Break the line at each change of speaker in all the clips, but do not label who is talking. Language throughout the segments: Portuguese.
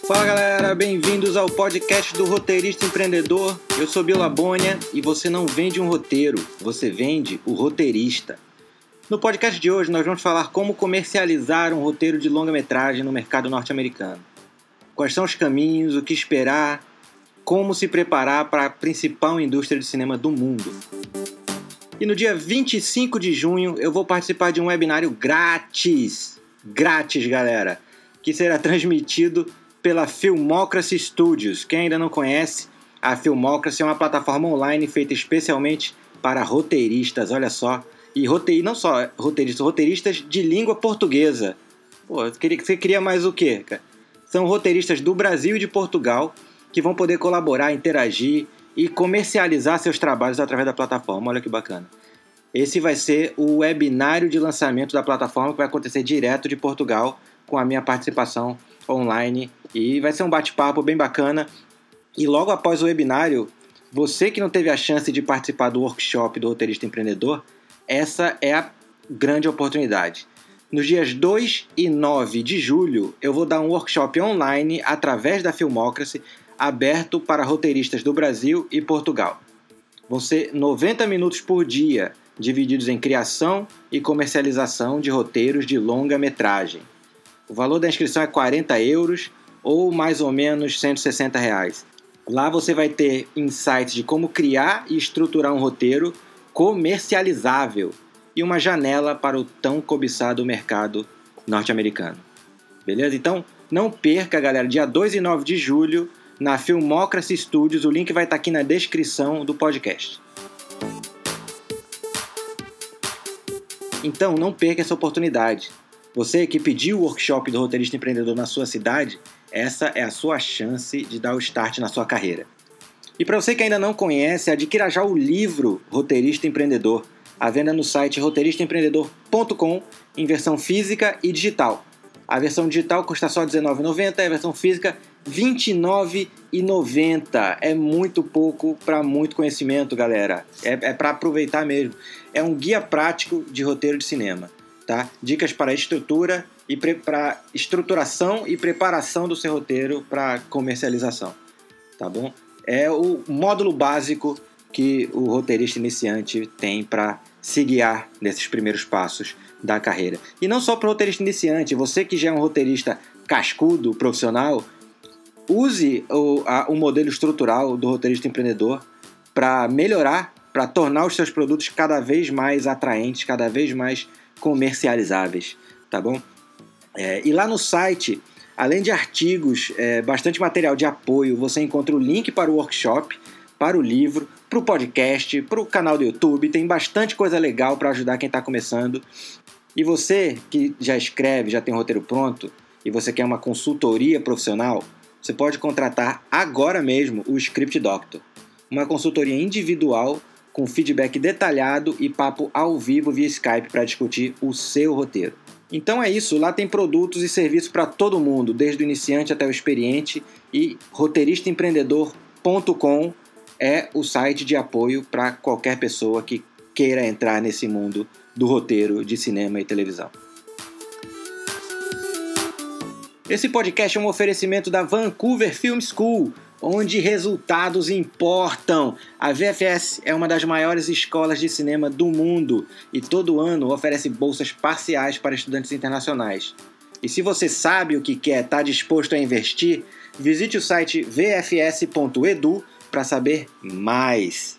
Fala galera, bem-vindos ao podcast do Roteirista Empreendedor. Eu sou Bila Bonha e você não vende um roteiro, você vende o roteirista. No podcast de hoje nós vamos falar como comercializar um roteiro de longa-metragem no mercado norte-americano. Quais são os caminhos, o que esperar, como se preparar para a principal indústria de cinema do mundo. E no dia 25 de junho eu vou participar de um webinário grátis, galera, que será transmitido pela Filmocracy Studios. Quem ainda não conhece, a Filmocracy é uma plataforma online feita especialmente para roteiristas, olha só. E não só roteiristas de língua portuguesa. Pô, você queria mais o quê, cara? São roteiristas do Brasil e de Portugal que vão poder colaborar, interagir e comercializar seus trabalhos através da plataforma. Olha que bacana. Esse vai ser o webinário de lançamento da plataforma que vai acontecer direto de Portugal com a minha participação online. E vai ser um bate-papo bem bacana. E logo após o webinário, você que não teve a chance de participar do workshop do Roteirista Empreendedor, essa é a grande oportunidade. Nos dias 2 e 9 de julho, eu vou dar um workshop online através da Filmocracy, aberto para roteiristas do Brasil e Portugal. Vão ser 90 minutos por dia, divididos em criação e comercialização de roteiros de longa-metragem. O valor da inscrição é €40 ou mais ou menos R$160. Lá você vai ter insights de como criar e estruturar um roteiro comercializável e uma janela para o tão cobiçado mercado norte-americano. Beleza? Então, não perca, galera, dia 2 e 9 de julho, na Filmocracy Studios. O link vai estar aqui na descrição do podcast. Então, não perca essa oportunidade. Você que pediu o workshop do Roteirista Empreendedor na sua cidade, essa é a sua chance de dar o start na sua carreira. E para você que ainda não conhece, adquira já o livro Roteirista Empreendedor, à venda no site roteiristaempreendedor.com, em versão física e digital. A versão digital custa só R$19,90 e a versão física R$29,90. É muito pouco para muito conhecimento, galera. É para aproveitar mesmo. É um guia prático de roteiro de cinema. Tá? Dicas para estrutura e para estruturação e preparação do seu roteiro para comercialização. Tá bom? É o módulo básico que o roteirista iniciante tem para se guiar nesses primeiros passos da carreira. E não só para o roteirista iniciante, você que já é um roteirista cascudo, profissional, use o modelo estrutural do roteirista empreendedor para melhorar, para tornar os seus produtos cada vez mais atraentes, cada vez mais comercializáveis, tá bom? E lá no site, além de artigos, bastante material de apoio, você encontra o link para o workshop, para o livro, para o podcast, para o canal do YouTube. Tem bastante coisa legal para ajudar quem está começando. E você que já escreve, já tem um roteiro pronto, e você quer uma consultoria profissional, você pode contratar agora mesmo o Script Doctor, uma consultoria individual com feedback detalhado e papo ao vivo via Skype para discutir o seu roteiro. Então é isso, lá tem produtos e serviços para todo mundo, desde o iniciante até o experiente, e roteiristaempreendedor.com é o site de apoio para qualquer pessoa que queira entrar nesse mundo do roteiro de cinema e televisão. Esse podcast é um oferecimento da Vancouver Film School, onde resultados importam. A VFS é uma das maiores escolas de cinema do mundo e todo ano oferece bolsas parciais para estudantes internacionais. E se você sabe o que quer, está disposto a investir, visite o site vfs.edu para saber mais.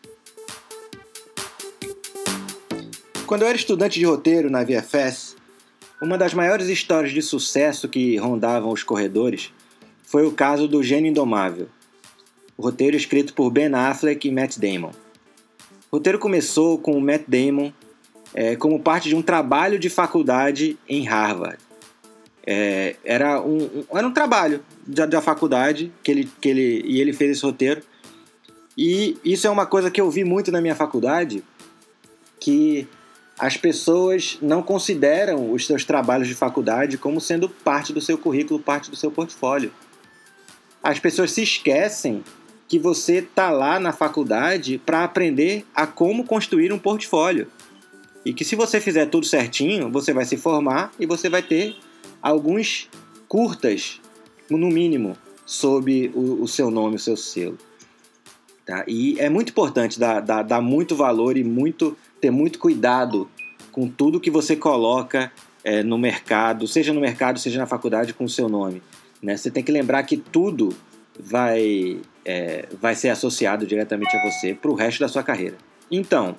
Quando eu era estudante de roteiro na VFS, uma das maiores histórias de sucesso que rondavam os corredores foi o caso do Gênio Indomável, o roteiro escrito por Ben Affleck e Matt Damon. O roteiro começou com o Matt Damon como parte de um trabalho de faculdade em Harvard. Era um trabalho da faculdade que ele fez esse roteiro. E isso é uma coisa que eu vi muito na minha faculdade, que as pessoas não consideram os seus trabalhos de faculdade como sendo parte do seu currículo, parte do seu portfólio. As pessoas se esquecem que você está lá na faculdade para aprender a como construir um portfólio. E que se você fizer tudo certinho, você vai se formar e você vai ter alguns curtas no mínimo, sob o seu nome, o seu selo. Tá? E é muito importante dar muito valor e ter muito cuidado com tudo que você coloca no mercado, seja na faculdade, com o seu nome. Né? Você tem que lembrar que tudo vai ser associado diretamente a você para o resto da sua carreira. Então,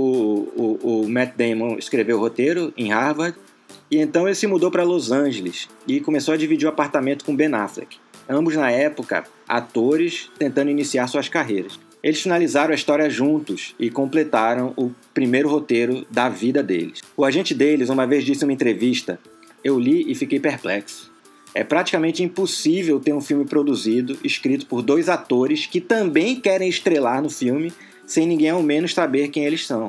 o Matt Damon escreveu o roteiro em Harvard, e então ele se mudou para Los Angeles e começou a dividir o apartamento com Ben Affleck. Ambos, na época, atores tentando iniciar suas carreiras. Eles finalizaram a história juntos e completaram o primeiro roteiro da vida deles. O agente deles uma vez disse em uma entrevista: "Eu li e fiquei perplexo. É praticamente impossível ter um filme produzido, escrito por 2 atores que também querem estrelar no filme, sem ninguém ao menos saber quem eles são."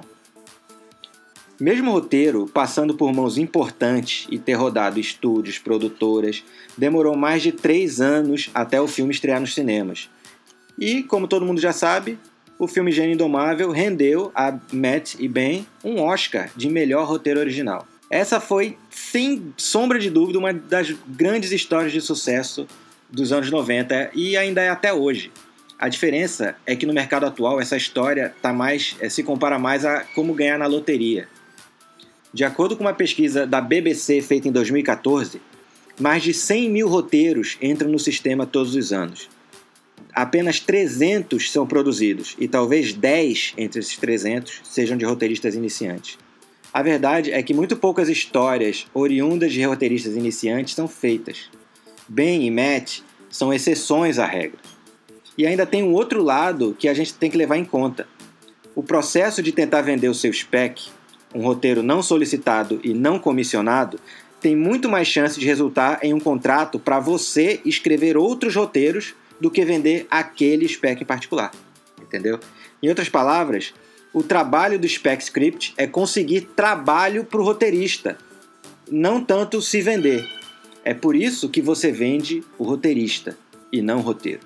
Mesmo o roteiro, passando por mãos importantes e ter rodado estúdios, produtoras, demorou mais de 3 anos até o filme estrear nos cinemas. E, como todo mundo já sabe, o filme Gênio Indomável rendeu a Matt e Ben um Oscar de melhor roteiro original. Essa foi, sem sombra de dúvida, uma das grandes histórias de sucesso dos anos 90 e ainda é até hoje. A diferença é que no mercado atual essa história se compara mais a como ganhar na loteria. De acordo com uma pesquisa da BBC feita em 2014, mais de 100 mil roteiros entram no sistema todos os anos. Apenas 300 são produzidos e talvez 10 entre esses 300 sejam de roteiristas iniciantes. A verdade é que muito poucas histórias oriundas de roteiristas iniciantes são feitas. Ben e Matt são exceções à regra. E ainda tem um outro lado que a gente tem que levar em conta. O processo de tentar vender o seu spec, um roteiro não solicitado e não comissionado, tem muito mais chance de resultar em um contrato para você escrever outros roteiros do que vender aquele spec em particular. Entendeu? Em outras palavras, o trabalho do spec script é conseguir trabalho para o roteirista, não tanto se vender. É por isso que você vende o roteirista e não o roteiro.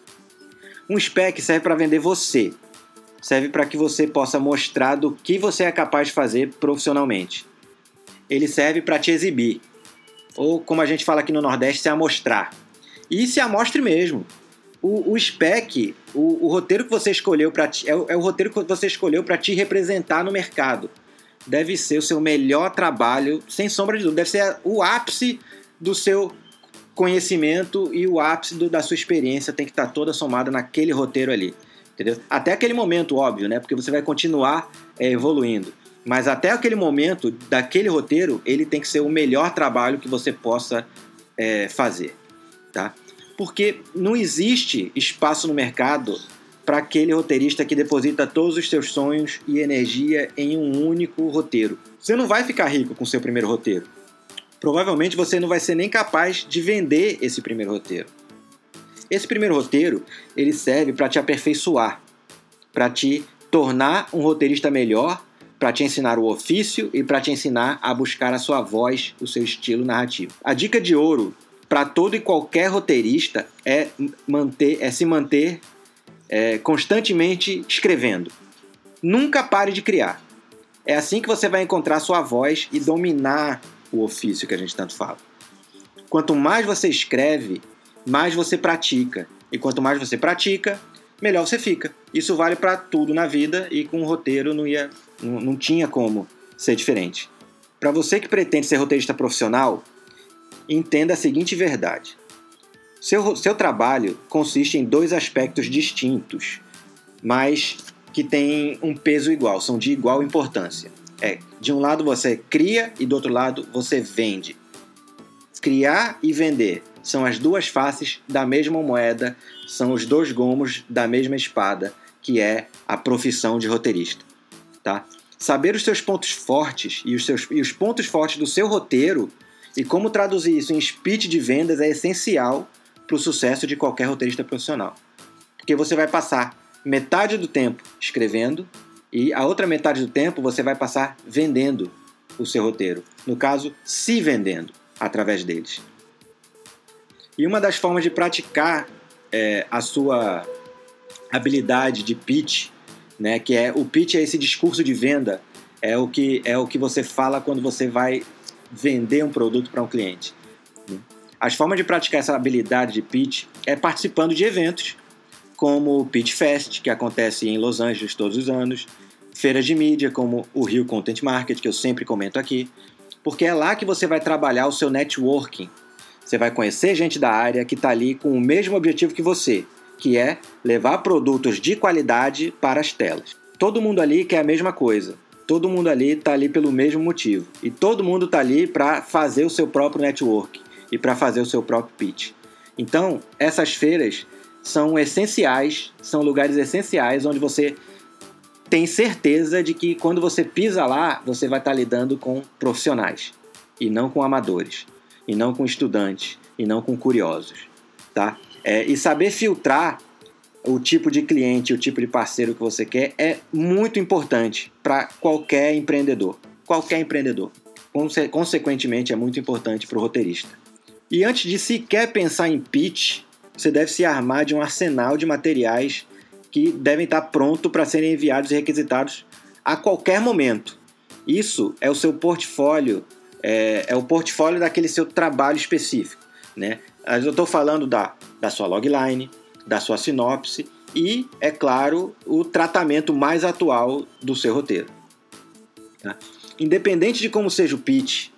Um spec serve para vender você. Serve para que você possa mostrar do que você é capaz de fazer profissionalmente. Ele serve para te exibir. Ou, como a gente fala aqui no Nordeste, se amostrar. E se amostre mesmo. O spec, o roteiro que você escolheu é o roteiro que você escolheu para te representar no mercado. Deve ser o seu melhor trabalho, sem sombra de dúvida. Deve ser o ápice do seu conhecimento e o ápice da sua experiência tem que estar toda somada naquele roteiro ali. Entendeu? Até aquele momento, óbvio, né? Porque você vai continuar evoluindo. Mas até aquele momento, daquele roteiro, ele tem que ser o melhor trabalho que você possa fazer. Tá? Porque não existe espaço no mercado para aquele roteirista que deposita todos os seus sonhos e energia em um único roteiro. Você não vai ficar rico com o seu primeiro roteiro. Provavelmente você não vai ser nem capaz de vender esse primeiro roteiro. Esse primeiro roteiro, ele serve para te aperfeiçoar, para te tornar um roteirista melhor, para te ensinar o ofício e para te ensinar a buscar a sua voz, o seu estilo narrativo. A dica de ouro para todo e qualquer roteirista é se manter constantemente escrevendo. Nunca pare de criar. É assim que você vai encontrar sua voz e dominar o ofício que a gente tanto fala. Quanto mais você escreve, mais você pratica. E quanto mais você pratica, melhor você fica. Isso vale para tudo na vida e com o roteiro não tinha como ser diferente. Para você que pretende ser roteirista profissional, entenda a seguinte verdade. Seu trabalho consiste em 2 aspectos distintos, mas que têm um peso igual, são de igual importância. De um lado você cria e do outro lado você vende. Criar e vender são as 2 faces da mesma moeda, são os 2 gomos da mesma espada, que é a profissão de roteirista. Tá? Saber os seus pontos fortes e os pontos fortes do seu roteiro e como traduzir isso em speech de vendas é essencial para o sucesso de qualquer roteirista profissional. Porque você vai passar metade do tempo escrevendo e a outra metade do tempo você vai passar vendendo o seu roteiro. No caso, se vendendo através deles. E uma das formas de praticar a sua habilidade de pitch, né, que o pitch é esse discurso de venda, é o que você fala quando você vai vender um produto para um cliente. As formas de praticar essa habilidade de pitch é participando de eventos, como o Pitch Fest, que acontece em Los Angeles todos os anos, feiras de mídia, como o Rio Content Market, que eu sempre comento aqui, porque é lá que você vai trabalhar o seu networking. Você vai conhecer gente da área que está ali com o mesmo objetivo que você, que é levar produtos de qualidade para as telas. Todo mundo ali quer a mesma coisa. Todo mundo ali está ali pelo mesmo motivo. E todo mundo está ali para fazer o seu próprio network e para fazer o seu próprio pitch. Então, essas feiras são essenciais, são lugares essenciais onde você tem certeza de que quando você pisa lá, você vai estar lidando com profissionais e não com amadores, e não com estudantes, e não com curiosos, tá? E saber filtrar o tipo de cliente, o tipo de parceiro que você quer é muito importante para qualquer empreendedor. Qualquer empreendedor. Consequentemente, é muito importante para o roteirista. E antes de sequer pensar em pitch, você deve se armar de um arsenal de materiais que devem estar prontos para serem enviados e requisitados a qualquer momento. Isso é o seu portfólio, é o portfólio daquele seu trabalho específico, né? Eu estou falando da sua logline, da sua sinopse e, é claro, o tratamento mais atual do seu roteiro. Tá? Independente de como seja o pitch,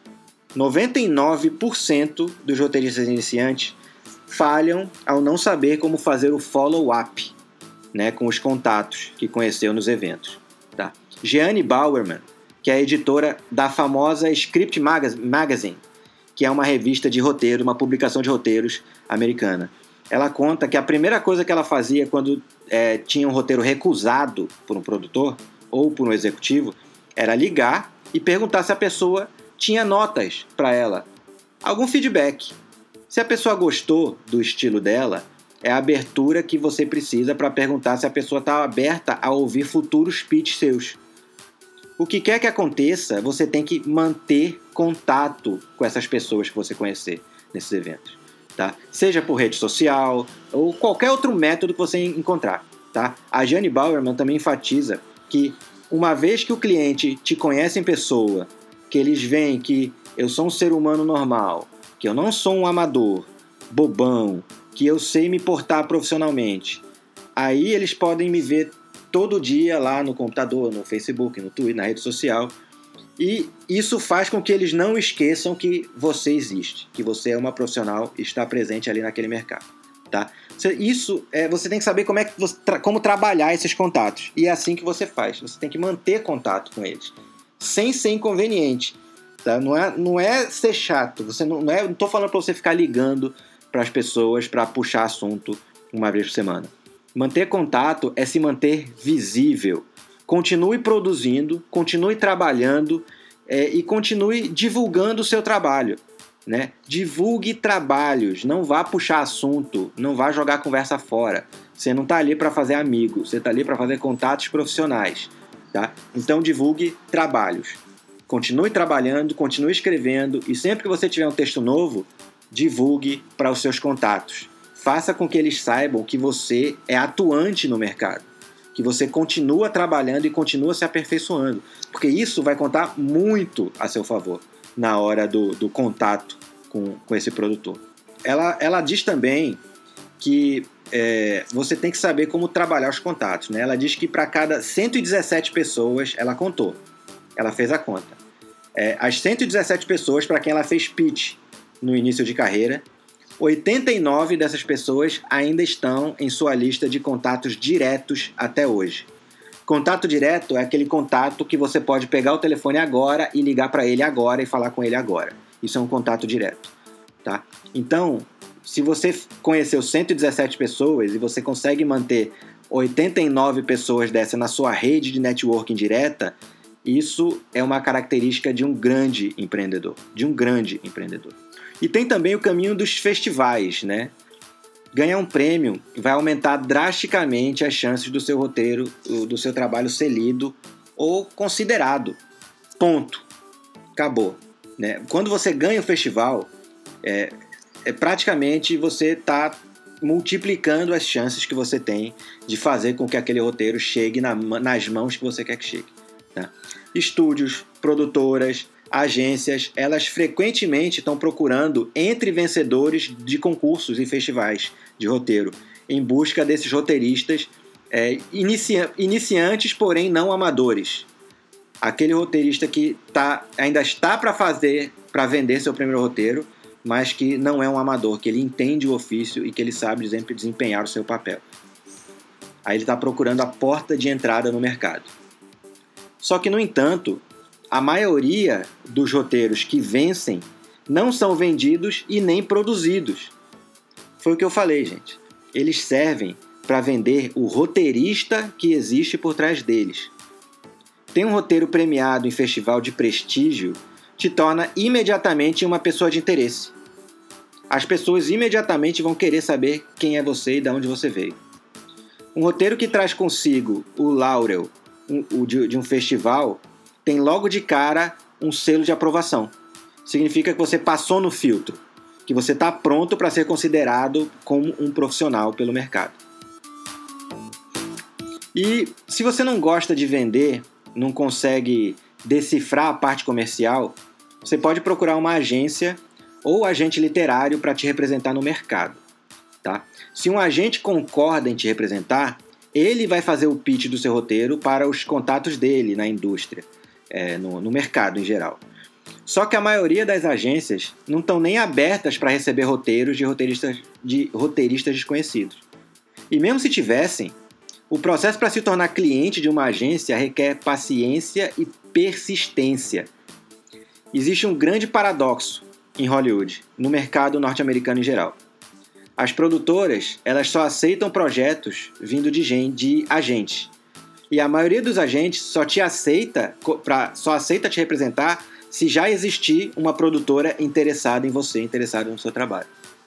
99% dos roteiristas iniciantes falham ao não saber como fazer o follow-up, né, com os contatos que conheceu nos eventos. Tá? Jeanne Bowerman, que é a editora da famosa Script Magazine, que é uma revista de roteiro, uma publicação de roteiros americana. Ela conta que a primeira coisa que ela fazia quando tinha um roteiro recusado por um produtor ou por um executivo era ligar e perguntar se a pessoa tinha notas para ela, algum feedback. Se a pessoa gostou do estilo dela, é a abertura que você precisa para perguntar se a pessoa está aberta a ouvir futuros pitches seus. O que quer que aconteça, você tem que manter contato com essas pessoas que você conhecer nesses eventos. Tá? Seja por rede social ou qualquer outro método que você encontrar. Tá? A Jeanne Bowerman também enfatiza que uma vez que o cliente te conhece em pessoa, que eles veem que eu sou um ser humano normal, que eu não sou um amador, bobão, que eu sei me portar profissionalmente, aí eles podem me ver todo dia lá no computador, no Facebook, no Twitter, na rede social, e isso faz com que eles não esqueçam que você existe, que você é uma profissional e está presente ali naquele mercado. Tá? Você tem que saber como trabalhar esses contatos, e é assim que você faz, você tem que manter contato com eles, sem ser inconveniente. Tá? Não é ser chato, não estou falando para você ficar ligando para as pessoas para puxar assunto uma vez por semana. Manter contato é se manter visível. Continue produzindo, continue trabalhando e continue divulgando o seu trabalho. Né? Divulgue trabalhos, não vá puxar assunto, não vá jogar conversa fora. Você não está ali para fazer amigo, você está ali para fazer contatos profissionais. Tá? Então divulgue trabalhos. Continue trabalhando, continue escrevendo e sempre que você tiver um texto novo, divulgue para os seus contatos. Faça com que eles saibam que você é atuante no mercado, que você continua trabalhando e continua se aperfeiçoando, porque isso vai contar muito a seu favor na hora do contato com esse produtor. Ela diz também que você tem que saber como trabalhar os contatos. Né? Ela diz que para cada 117 pessoas, ela contou, ela fez a conta. As 117 pessoas para quem ela fez pitch no início de carreira, 89 dessas pessoas ainda estão em sua lista de contatos diretos até hoje. Contato direto é aquele contato que você pode pegar o telefone agora e ligar para ele agora e falar com ele agora. Isso é um contato direto. Tá? Então, se você conheceu 117 pessoas e você consegue manter 89 pessoas dessa na sua rede de networking direta, isso é uma característica de um grande empreendedor. E tem também o caminho dos festivais, né? Ganhar um prêmio vai aumentar drasticamente as chances do seu roteiro, do seu trabalho ser lido ou considerado. Ponto. Acabou. Né? Quando você ganha um festival, praticamente você está multiplicando as chances que você tem de fazer com que aquele roteiro chegue nas mãos que você quer que chegue. Tá? Estúdios, produtoras, agências, elas frequentemente estão procurando entre vencedores de concursos e festivais de roteiro, em busca desses roteiristas iniciantes, porém não amadores. Aquele roteirista que ainda está para vender seu primeiro roteiro, mas que não é um amador, que ele entende o ofício e que ele sabe desempenhar o seu papel. Aí ele está procurando a porta de entrada no mercado. Só que, no entanto, a maioria dos roteiros que vencem não são vendidos e nem produzidos. Foi o que eu falei, gente. Eles servem para vender o roteirista que existe por trás deles. Ter um roteiro premiado em festival de prestígio te torna imediatamente uma pessoa de interesse. As pessoas imediatamente vão querer saber quem é você e de onde você veio. Um roteiro que traz consigo o laurel de um festival tem logo de cara um selo de aprovação. Significa que você passou no filtro, que você está pronto para ser considerado como um profissional pelo mercado. E se você não gosta de vender, não consegue decifrar a parte comercial, você pode procurar uma agência ou agente literário para te representar no mercado. Tá? Se um agente concorda em te representar, ele vai fazer o pitch do seu roteiro para os contatos dele na indústria, no mercado em geral. Só que a maioria das agências não estão nem abertas para receber roteiros de roteiristas desconhecidos. E mesmo se tivessem, o processo para se tornar cliente de uma agência requer paciência e persistência. Existe um grande paradoxo em Hollywood, no mercado norte-americano em geral. As produtoras, elas só aceitam projetos vindo de agentes. E a maioria dos agentes só aceita te representar se já existir uma produtora interessada em você, interessada no seu trabalho.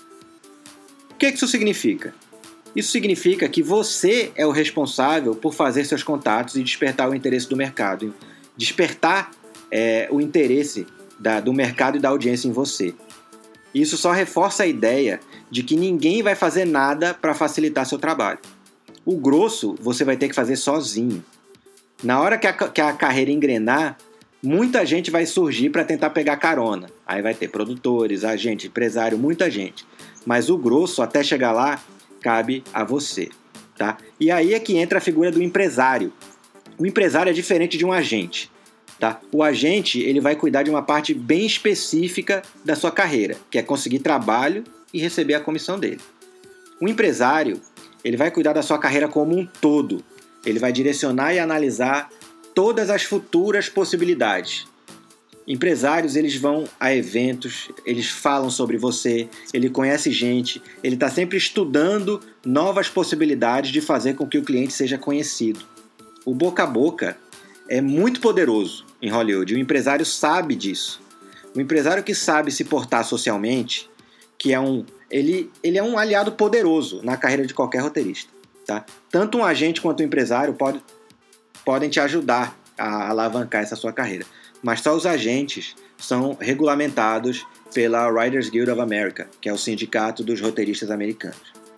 O que isso significa? Isso significa que você é o responsável por fazer seus contatos e despertar o interesse do mercado. Despertar o interesse do mercado e da audiência em você. Isso só reforça a ideia de que ninguém vai fazer nada para facilitar seu trabalho. O grosso você vai ter que fazer sozinho. Na hora que a carreira engrenar, muita gente vai surgir para tentar pegar carona. Aí vai ter produtores, agente, empresário, muita gente. Mas o grosso, até chegar lá, cabe a você. Tá? E aí é que entra a figura do empresário. O empresário é diferente de um agente. Tá? O agente ele vai cuidar de uma parte bem específica da sua carreira, que é conseguir trabalho e receber a comissão dele. O empresário ele vai cuidar da sua carreira como um todo. Ele vai direcionar e analisar todas as futuras possibilidades. Empresários eles vão a eventos, eles falam sobre você, ele conhece gente, ele está sempre estudando novas possibilidades de fazer com que o cliente seja conhecido. O boca a boca é muito poderoso em Hollywood. O empresário sabe disso. O empresário que sabe se portar socialmente, ele é um aliado poderoso na carreira de qualquer roteirista. Tá? Tanto um agente quanto um empresário podem te ajudar a alavancar essa sua carreira. Mas só os agentes são regulamentados pela Writers Guild of America, que é o sindicato dos roteiristas americanos.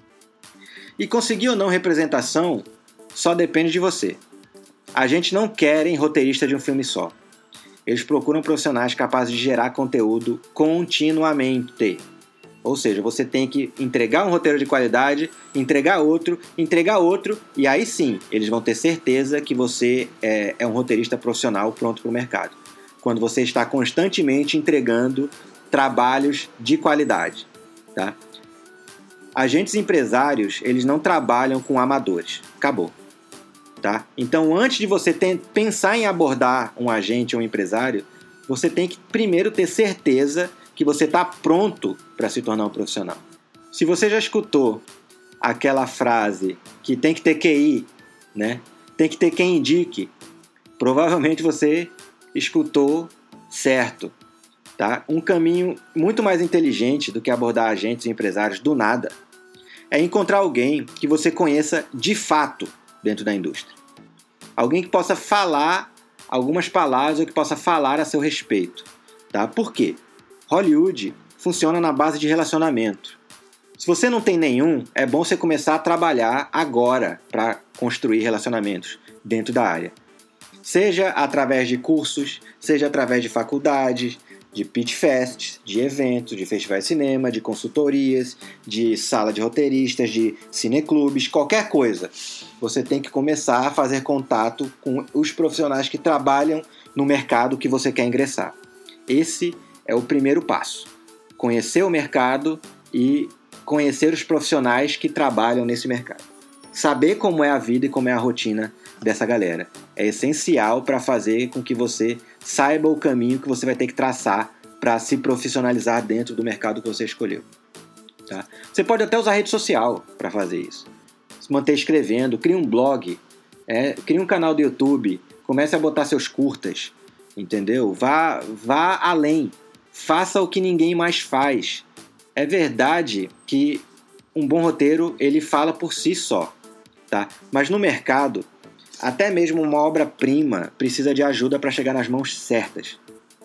E conseguir ou não representação só depende de você. Agentes não querem roteirista de um filme só. Eles procuram profissionais capazes de gerar conteúdo continuamente. Ou seja, você tem que entregar um roteiro de qualidade, entregar outro, e aí sim, eles vão ter certeza que você é um roteirista profissional pronto para o mercado. Quando você está constantemente entregando trabalhos de qualidade. Tá? Agentes empresários, eles não trabalham com amadores. Acabou. Tá? Então, antes de você pensar em abordar um agente ou um empresário, você tem que primeiro ter certeza que você está pronto para se tornar um profissional. Se você já escutou aquela frase que tem que ter QI, né? Tem que ter quem indique, provavelmente você escutou certo. Tá? Um caminho muito mais inteligente do que abordar agentes e empresários do nada é encontrar alguém que você conheça de fato dentro da indústria. Alguém que possa falar algumas palavras ou que possa falar a seu respeito. Tá? Por quê? Hollywood funciona na base de relacionamento. Se você não tem nenhum, é bom você começar a trabalhar agora para construir relacionamentos dentro da área. Seja através de cursos, seja através de faculdades, de pitch fests, de eventos, de festivais de cinema, de consultorias, de sala de roteiristas, de cineclubes, qualquer coisa. Você tem que começar a fazer contato com os profissionais que trabalham no mercado que você quer ingressar. Esse é o primeiro passo. Conhecer o mercado e conhecer os profissionais que trabalham nesse mercado. Saber como é a vida e como é a rotina dessa galera. É essencial para fazer com que você saiba o caminho que você vai ter que traçar para se profissionalizar dentro do mercado que você escolheu. Tá? Você pode até usar rede social para fazer isso. Se manter escrevendo, crie um blog, crie um canal do YouTube, comece a botar seus curtas, entendeu? Vá além, faça o que ninguém mais faz. É verdade que um bom roteiro ele fala por si só, tá? Mas no mercado, até mesmo uma obra-prima precisa de ajuda para chegar nas mãos certas.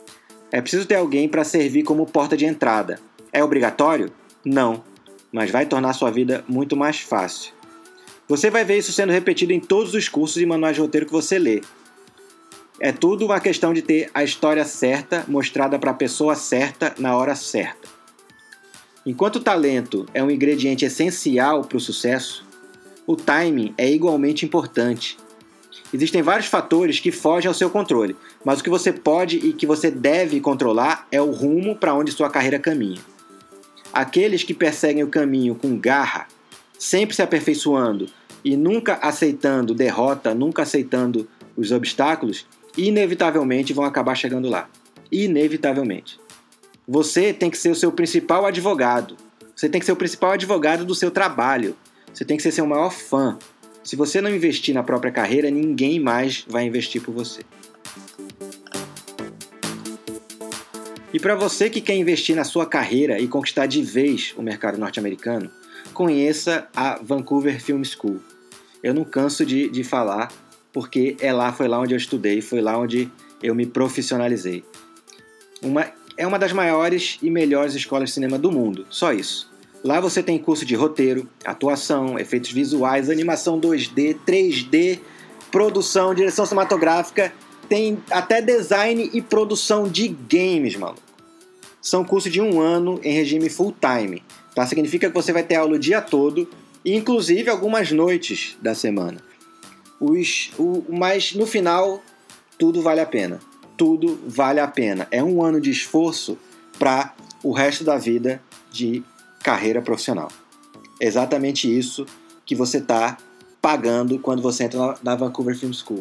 É preciso ter alguém para servir como porta de entrada. É obrigatório? Não, mas vai tornar sua vida muito mais fácil. Você vai ver isso sendo repetido em todos os cursos e manuais de roteiro que você lê. É tudo uma questão de ter a história certa, mostrada para a pessoa certa, na hora certa. Enquanto o talento é um ingrediente essencial para o sucesso, o timing é igualmente importante. Existem vários fatores que fogem ao seu controle, mas o que você pode e que você deve controlar é o rumo para onde sua carreira caminha. Aqueles que perseguem o caminho com garra, sempre se aperfeiçoando e nunca aceitando derrota, nunca aceitando os obstáculos, inevitavelmente vão acabar chegando lá. Inevitavelmente. Você tem que ser o seu principal advogado. Você tem que ser o principal advogado do seu trabalho. Você tem que ser seu maior fã. Se você não investir na própria carreira, ninguém mais vai investir por você. E para você que quer investir na sua carreira e conquistar de vez o mercado norte-americano, conheça a Vancouver Film School. Eu não canso de falar, porque foi lá onde eu estudei, foi lá onde eu me profissionalizei. É uma das maiores e melhores escolas de cinema do mundo, só isso. Lá você tem curso de roteiro, atuação, efeitos visuais, animação 2D, 3D, produção, direção cinematográfica, tem até design e produção de games, maluco. São cursos de 1 ano em regime full time, tá? Significa que você vai ter aula o dia todo, inclusive algumas noites da semana. Mas no final, tudo vale a pena. Tudo vale a pena. É 1 ano de esforço para o resto da vida de carreira profissional. É exatamente isso que você está pagando quando você entra na Vancouver Film School.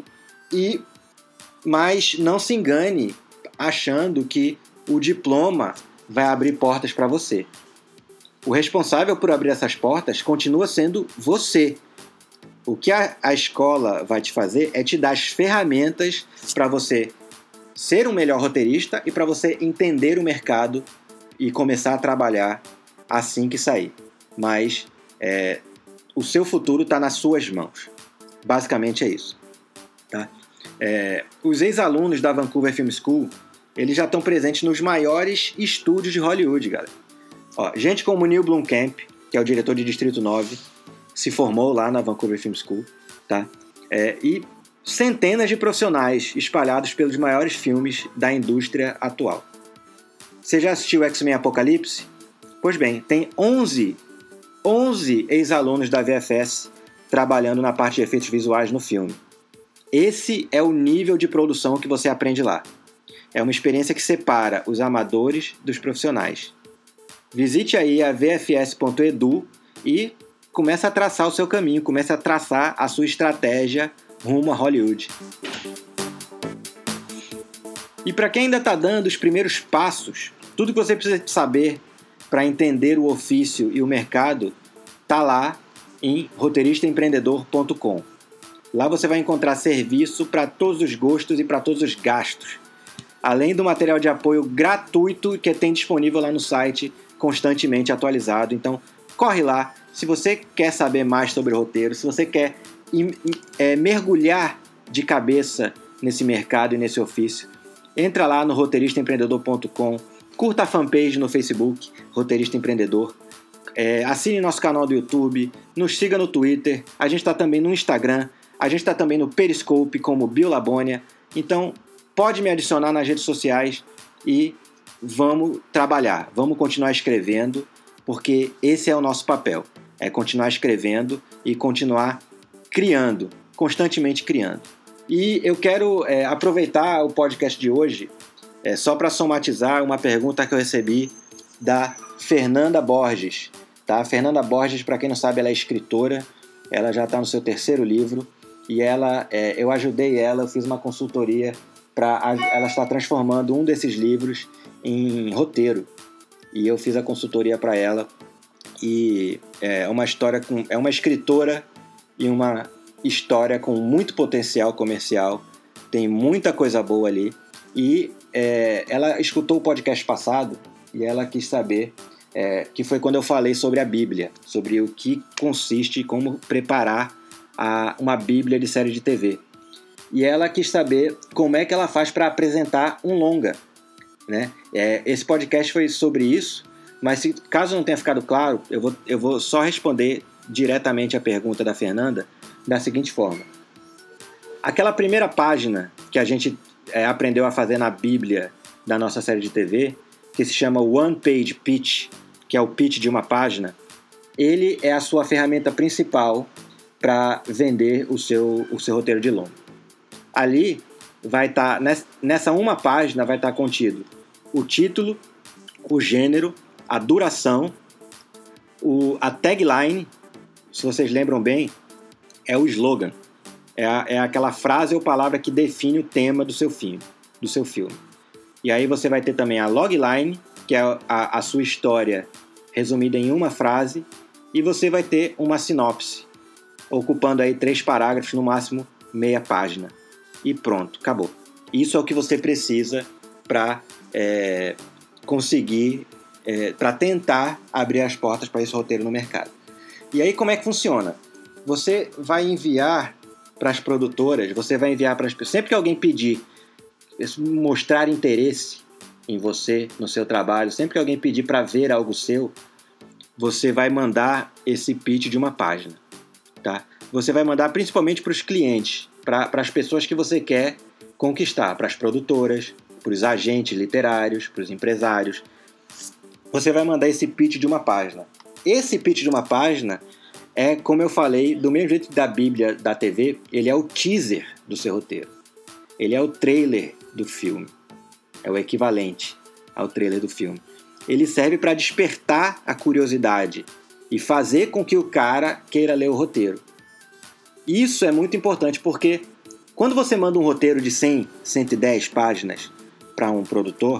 Mas não se engane achando que o diploma vai abrir portas para você. O responsável por abrir essas portas continua sendo você. O que a escola vai te fazer é te dar as ferramentas para você ser um melhor roteirista e para você entender o mercado e começar a trabalhar assim que sair. Mas o seu futuro está nas suas mãos. Basicamente é isso. Tá? Os ex-alunos da Vancouver Film School, eles já estão presentes nos maiores estúdios de Hollywood, galera. Gente como Neil Blomkamp, que é o diretor de Distrito 9, se formou lá na Vancouver Film School, tá? E centenas de profissionais espalhados pelos maiores filmes da indústria atual. Você já assistiu X-Men Apocalipse? Pois bem, tem 11 ex-alunos da VFS trabalhando na parte de efeitos visuais no filme. Esse é o nível de produção que você aprende lá. É uma experiência que separa os amadores dos profissionais. Visite aí a vfs.edu e comece a traçar o seu caminho, comece a traçar a sua estratégia rumo a Hollywood. E para quem ainda está dando os primeiros passos, tudo que você precisa saber para entender o ofício e o mercado está lá em roteiristaempreendedor.com. Lá você vai encontrar serviço para todos os gostos e para todos os gastos. Além do material de apoio gratuito que tem disponível lá no site, constantemente atualizado. Então, corre lá. Se você quer saber mais sobre roteiro, se você quer mergulhar de cabeça nesse mercado e nesse ofício, entra lá no roteiristaempreendedor.com, curta a fanpage no Facebook, Roteirista Empreendedor, assine nosso canal do YouTube, nos siga no Twitter, a gente está também no Instagram, A gente está também no Periscope como Biolabônia. Então, pode me adicionar nas redes sociais e vamos trabalhar, vamos continuar escrevendo, porque esse é o nosso papel. É continuar escrevendo e continuar criando, constantemente criando. E eu quero aproveitar o podcast de hoje só para somatizar uma pergunta que eu recebi da Fernanda Borges. Tá? Fernanda Borges, para quem não sabe, ela é escritora, ela já está no seu 3º livro e eu ajudei ela, eu fiz uma consultoria para ela estar transformando um desses livros em roteiro. E eu fiz a consultoria para ela e é uma escritora e uma história com muito potencial comercial, tem muita coisa boa ali. E ela escutou o podcast passado e ela quis saber, que foi quando eu falei sobre a Bíblia, sobre o que consiste e como preparar uma Bíblia de série de TV. E ela quis saber como é que ela faz para apresentar um longa, né? Esse podcast foi sobre isso, mas caso não tenha ficado claro, eu vou só responder diretamente a pergunta da Fernanda da seguinte forma. Aquela primeira página que a gente aprendeu a fazer na Bíblia da nossa série de TV, que se chama One Page Pitch, que é o pitch de uma página, ele é a sua ferramenta principal para vender o seu roteiro de longa. Ali vai estar, nessa uma página vai estar contido o título, o gênero, a duração, a tagline, se vocês lembram bem, é o slogan. É aquela frase ou palavra que define o tema do seu filme. E aí você vai ter também a logline, que é a sua história resumida em uma frase, e você vai ter uma sinopse, ocupando aí 3 parágrafos, no máximo meia página. E pronto, acabou. Isso é o que você precisa para conseguir, para tentar abrir as portas para esse roteiro no mercado. E aí como é que funciona? Você vai enviar para as produtoras, você vai enviar para as pessoas. Sempre que alguém pedir, mostrar interesse em você, no seu trabalho, sempre que alguém pedir para ver algo seu, você vai mandar esse pitch de uma página. Tá? Você vai mandar principalmente para os clientes, para as pessoas que você quer conquistar, para as produtoras, para os agentes literários, para os empresários. Você vai mandar esse pitch de uma página. Esse pitch de uma página como eu falei, do mesmo jeito da Bíblia da TV, ele é o teaser do seu roteiro. Ele é o trailer do filme. É o equivalente ao trailer do filme. Ele serve para despertar a curiosidade e fazer com que o cara queira ler o roteiro. Isso é muito importante porque quando você manda um roteiro de 100, 110 páginas para um produtor,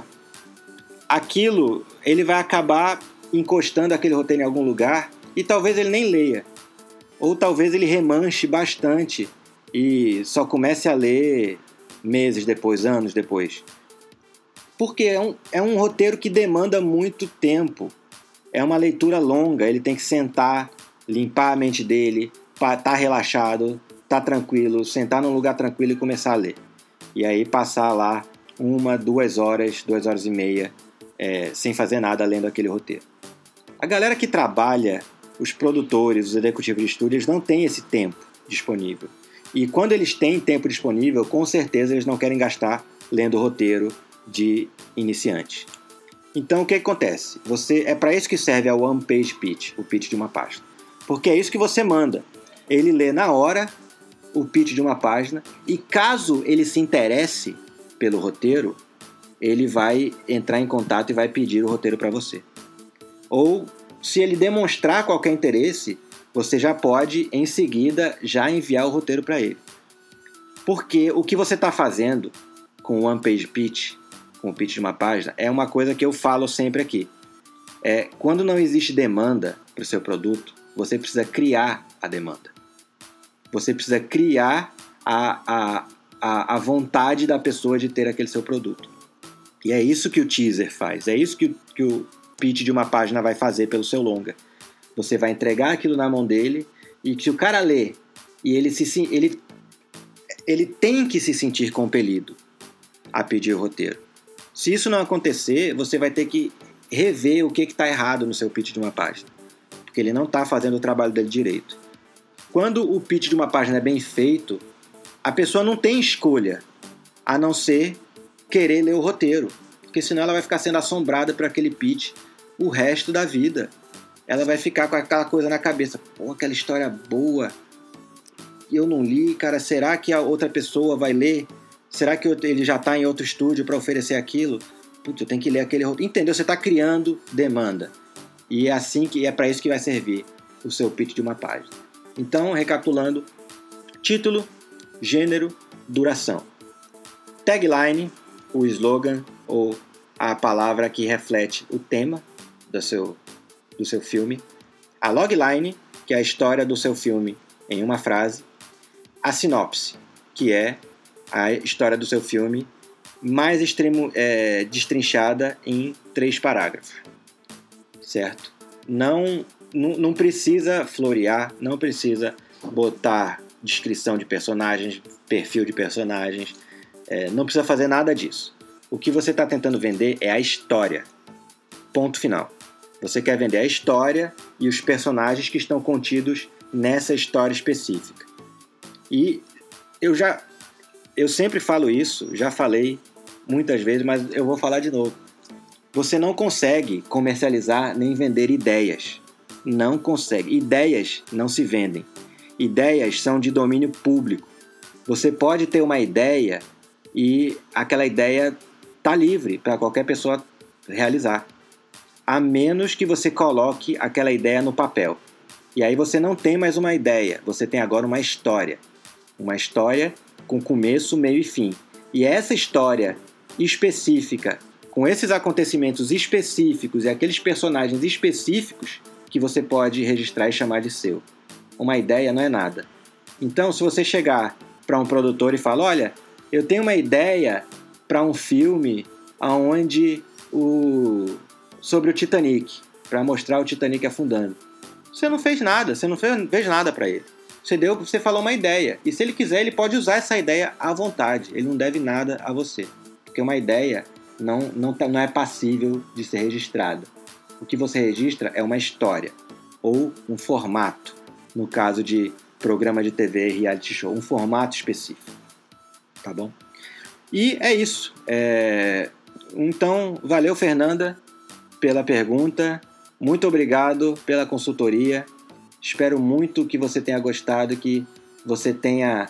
ele vai acabar encostando aquele roteiro em algum lugar e talvez ele nem leia. Ou talvez ele remanche bastante e só comece a ler meses depois, anos depois. Porque é um roteiro que demanda muito tempo. É uma leitura longa, ele tem que sentar, limpar a mente dele, estar relaxado, estar tranquilo, sentar num lugar tranquilo e começar a ler. E aí passar lá 1, 2 horas, 2 horas e meia, sem fazer nada lendo aquele roteiro. A galera que trabalha, os produtores, os executivos de estúdio, eles não têm esse tempo disponível. E quando eles têm tempo disponível, com certeza eles não querem gastar lendo o roteiro de iniciante. Então o que acontece? É para isso que serve a One Page Pitch, o pitch de uma página. Porque é isso que você manda. Ele lê na hora o pitch de uma página e caso ele se interesse pelo roteiro, ele vai entrar em contato e vai pedir o roteiro para você. Ou, se ele demonstrar qualquer interesse, você já pode, em seguida, já enviar o roteiro para ele. Porque o que você está fazendo com o One Page Pitch, com o pitch de uma página, é uma coisa que eu falo sempre aqui. Quando não existe demanda para o seu produto, você precisa criar a demanda. Você precisa criar a vontade da pessoa de ter aquele seu produto. E é isso que o teaser faz, é isso que o pitch de uma página vai fazer pelo seu longa. Você vai entregar aquilo na mão dele e se o cara lê e ele tem que se sentir compelido a pedir o roteiro. Se isso não acontecer, você vai ter que rever o que está errado no seu pitch de uma página, porque ele não está fazendo o trabalho dele direito. Quando o pitch de uma página é bem feito, a pessoa não tem escolha, a não ser querer ler o roteiro, porque senão ela vai ficar sendo assombrada por aquele pitch o resto da vida. Ela vai ficar com aquela coisa na cabeça, pô, aquela história boa, eu não li, cara, será que a outra pessoa vai ler? Será que ele já está em outro estúdio para oferecer aquilo? Putz, eu tenho que ler aquele roteiro. Entendeu? Você está criando demanda. E é assim que é para isso que vai servir o seu pitch de uma página. Então, recapitulando, título, gênero, duração. Tagline, o slogan ou a palavra que reflete o tema do seu filme. A logline, que é a história do seu filme em uma frase. A sinopse, que é a história do seu filme mais destrinchada em 3 parágrafos. Certo? Não precisa florear, não precisa botar descrição de personagens, perfil de personagens, não precisa fazer nada disso. O que você está tentando vender é a história. Ponto final. Você quer vender a história e os personagens que estão contidos nessa história específica. E eu sempre falo isso, já falei muitas vezes, mas eu vou falar de novo. Você não consegue comercializar nem vender ideias. Não consegue. Ideias não se vendem. Ideias são de domínio público. Você pode ter uma ideia e aquela ideia está livre para qualquer pessoa realizar. A menos que você coloque aquela ideia no papel. E aí você não tem mais uma ideia, você tem agora uma história. Uma história com começo, meio e fim. E essa história específica, com esses acontecimentos específicos e aqueles personagens específicos que você pode registrar e chamar de seu. Uma ideia não é nada. Então, se você chegar para um produtor e falar, olha, eu tenho uma ideia para um filme sobre o Titanic, para mostrar o Titanic afundando. Você não fez nada, você não fez nada para ele. Você falou uma ideia. E se ele quiser, ele pode usar essa ideia à vontade. Ele não deve nada a você. Porque uma ideia não é passível de ser registrada. O que você registra é uma história. Ou um formato. No caso de programa de TV e reality show. Um formato específico. Tá bom? E é isso. Então, valeu, Fernanda, pela pergunta. Muito obrigado pela consultoria. Espero muito que você tenha gostado, que você tenha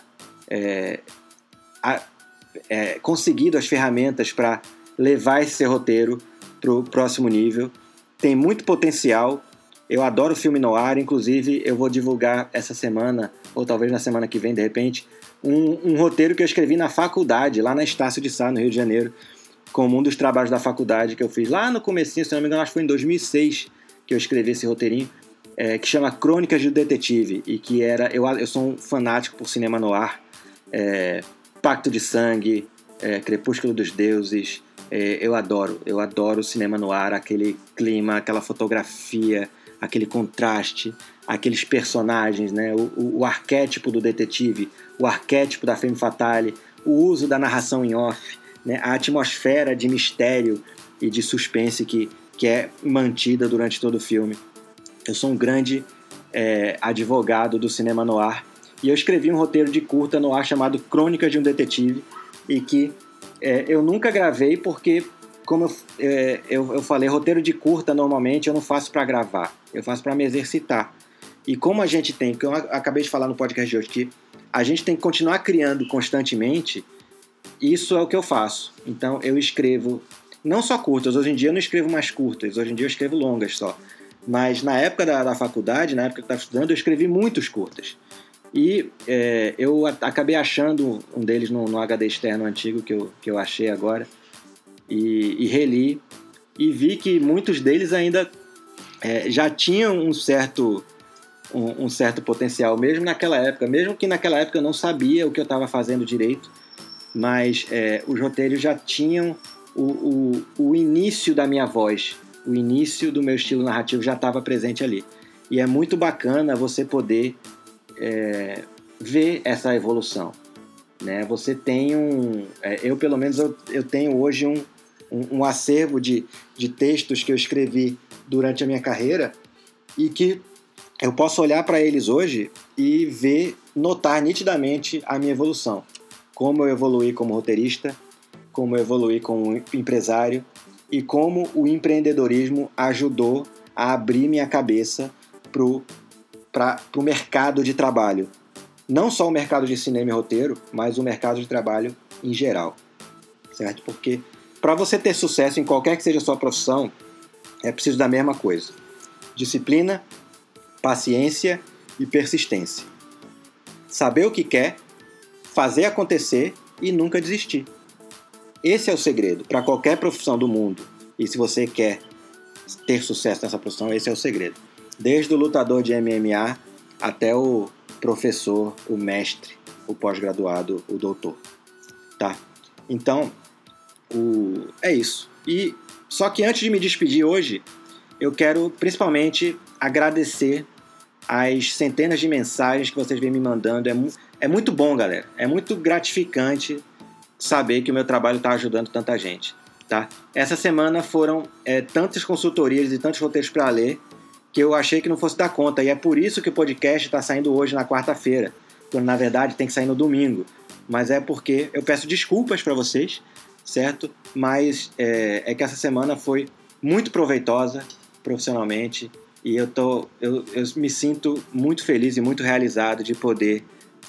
conseguido as ferramentas para levar esse seu roteiro para o próximo nível. Tem muito potencial. Eu adoro filme noir, inclusive eu vou divulgar essa semana, ou talvez na semana que vem, de repente, um roteiro que eu escrevi na faculdade, lá na Estácio de Sá, no Rio de Janeiro, como um dos trabalhos da faculdade que eu fiz lá no comecinho, se não me engano, acho que foi em 2006 que eu escrevi esse roteirinho. Que chama Crônicas do Detetive, e que eu sou um fanático por cinema noir, Pacto de Sangue, Crepúsculo dos Deuses, eu adoro o cinema noir, aquele clima, aquela fotografia, aquele contraste, aqueles personagens, né? o arquétipo do detetive, o arquétipo da femme fatale, o uso da narração em off, né? A atmosfera de mistério e de suspense que é mantida durante todo o filme. Eu sou um grande advogado do cinema noir e eu escrevi um roteiro de curta noir chamado Crônicas de um Detetive, e que eu nunca gravei porque, como eu falei, roteiro de curta normalmente eu não faço para gravar, eu faço para me exercitar. E como a gente tem, que eu acabei de falar no podcast de hoje, que a gente tem que continuar criando constantemente, isso é o que eu faço. Então eu escrevo não só curtas, hoje em dia eu não escrevo mais curtas, hoje em dia eu escrevo longas só. Mas na época da faculdade, na época que eu estava estudando, eu escrevi muitos curtas. E eu acabei achando um deles no HD externo antigo que eu achei agora. E reli. E vi que muitos deles ainda já tinham um certo potencial, mesmo naquela época. Mesmo que naquela época eu não sabia o que eu estava fazendo direito. Mas os roteiros já tinham o início da minha voz. O início do meu estilo narrativo já estava presente ali. E é muito bacana você poder ver essa evolução. Né? Você tem eu pelo menos eu tenho hoje um acervo de textos que eu escrevi durante a minha carreira e que eu posso olhar para eles hoje e notar nitidamente a minha evolução. Como eu evoluí como roteirista, como eu evoluí como empresário e como o empreendedorismo ajudou a abrir minha cabeça para o mercado de trabalho. Não só o mercado de cinema e roteiro, mas o mercado de trabalho em geral. Certo? Porque para você ter sucesso em qualquer que seja a sua profissão, é preciso da mesma coisa: disciplina, paciência e persistência. Saber o que quer, fazer acontecer e nunca desistir. Esse é o segredo para qualquer profissão do mundo. E se você quer ter sucesso nessa profissão, esse é o segredo. Desde o lutador de MMA até o professor, o mestre, o pós-graduado, o doutor. Tá? Então, é isso. E só que antes de me despedir hoje, eu quero principalmente agradecer as centenas de mensagens que vocês vêm me mandando. É muito bom, galera. É muito gratificante saber que o meu trabalho está ajudando tanta gente. Tá? Essa semana foram tantas consultorias e tantos roteiros para ler que eu achei que não fosse dar conta. E é por isso que o podcast está saindo hoje na quarta-feira, quando na verdade tem que sair no domingo. Mas é porque eu peço desculpas para vocês, certo? Mas é que essa semana foi muito proveitosa profissionalmente e eu me sinto muito feliz e muito realizado de poder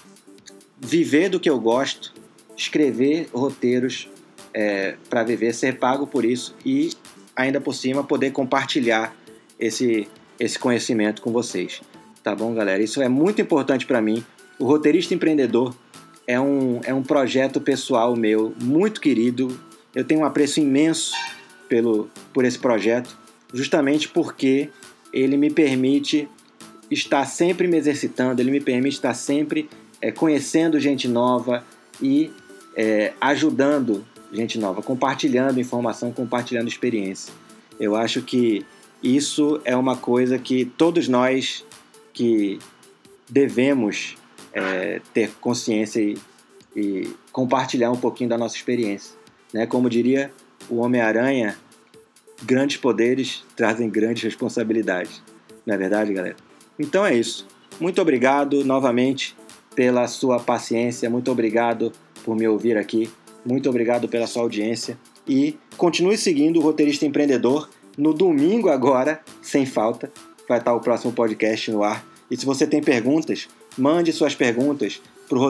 viver do que eu gosto, escrever roteiros para viver, ser pago por isso e ainda por cima poder compartilhar esse conhecimento com vocês. Tá bom, galera? Isso é muito importante para mim. O Roteirista Empreendedor é um projeto pessoal meu, muito querido. Eu tenho um apreço imenso por esse projeto, justamente porque ele me permite estar sempre me exercitando, ele me permite estar sempre conhecendo gente nova e ajudando gente nova, compartilhando informação, compartilhando experiência. Eu acho que isso é uma coisa que todos nós que devemos ter consciência e compartilhar um pouquinho da nossa experiência. Né? Como diria o Homem-Aranha, grandes poderes trazem grandes responsabilidades. Não é verdade, galera? Então é isso. Muito obrigado novamente pela sua paciência, muito obrigado por me ouvir aqui, muito obrigado pela sua audiência e continue seguindo o Roteirista Empreendedor. No domingo agora, sem falta, vai estar o próximo podcast no ar. E se você tem perguntas, mande suas perguntas para o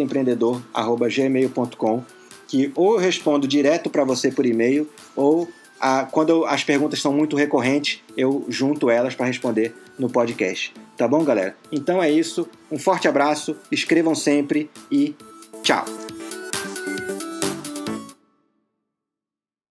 roteiristaempreendedor@gmail.com, que ou eu respondo direto para você por e-mail, ou quando as perguntas são muito recorrentes, eu junto elas para responder no podcast. Tá bom, galera? Então é isso. Um forte abraço, escrevam sempre e tchau!